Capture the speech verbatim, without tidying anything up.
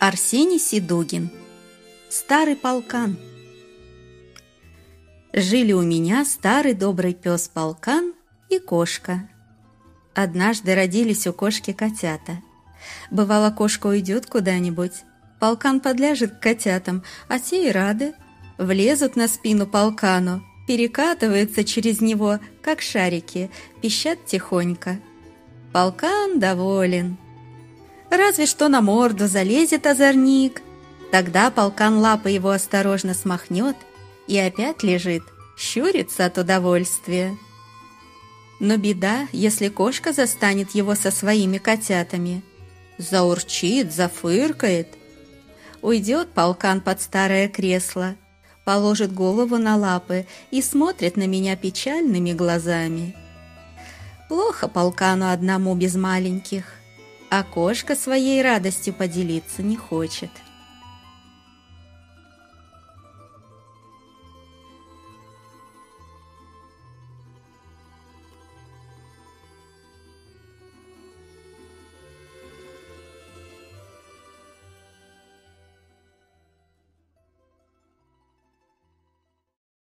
Арсений Седугин. Старый полкан. Жили у меня старый добрый пес Полкан и кошка. Однажды родились у кошки котята. Бывало, кошка уйдет куда-нибудь, Полкан подляжет к котятам, а те и рады. Влезут на спину Полкану, перекатываются через него, как шарики, пищат тихонько. Полкан доволен. Разве что на морду залезет озорник. Тогда Полкан лапой его осторожно смахнет и опять лежит, щурится от удовольствия. Но беда, если кошка застанет его со своими котятами. Заурчит, зафыркает. Уйдет Полкан под старое кресло, положит голову на лапы и смотрит на меня печальными глазами. Плохо Полкану одному без маленьких, а кошка своей радостью поделиться не хочет.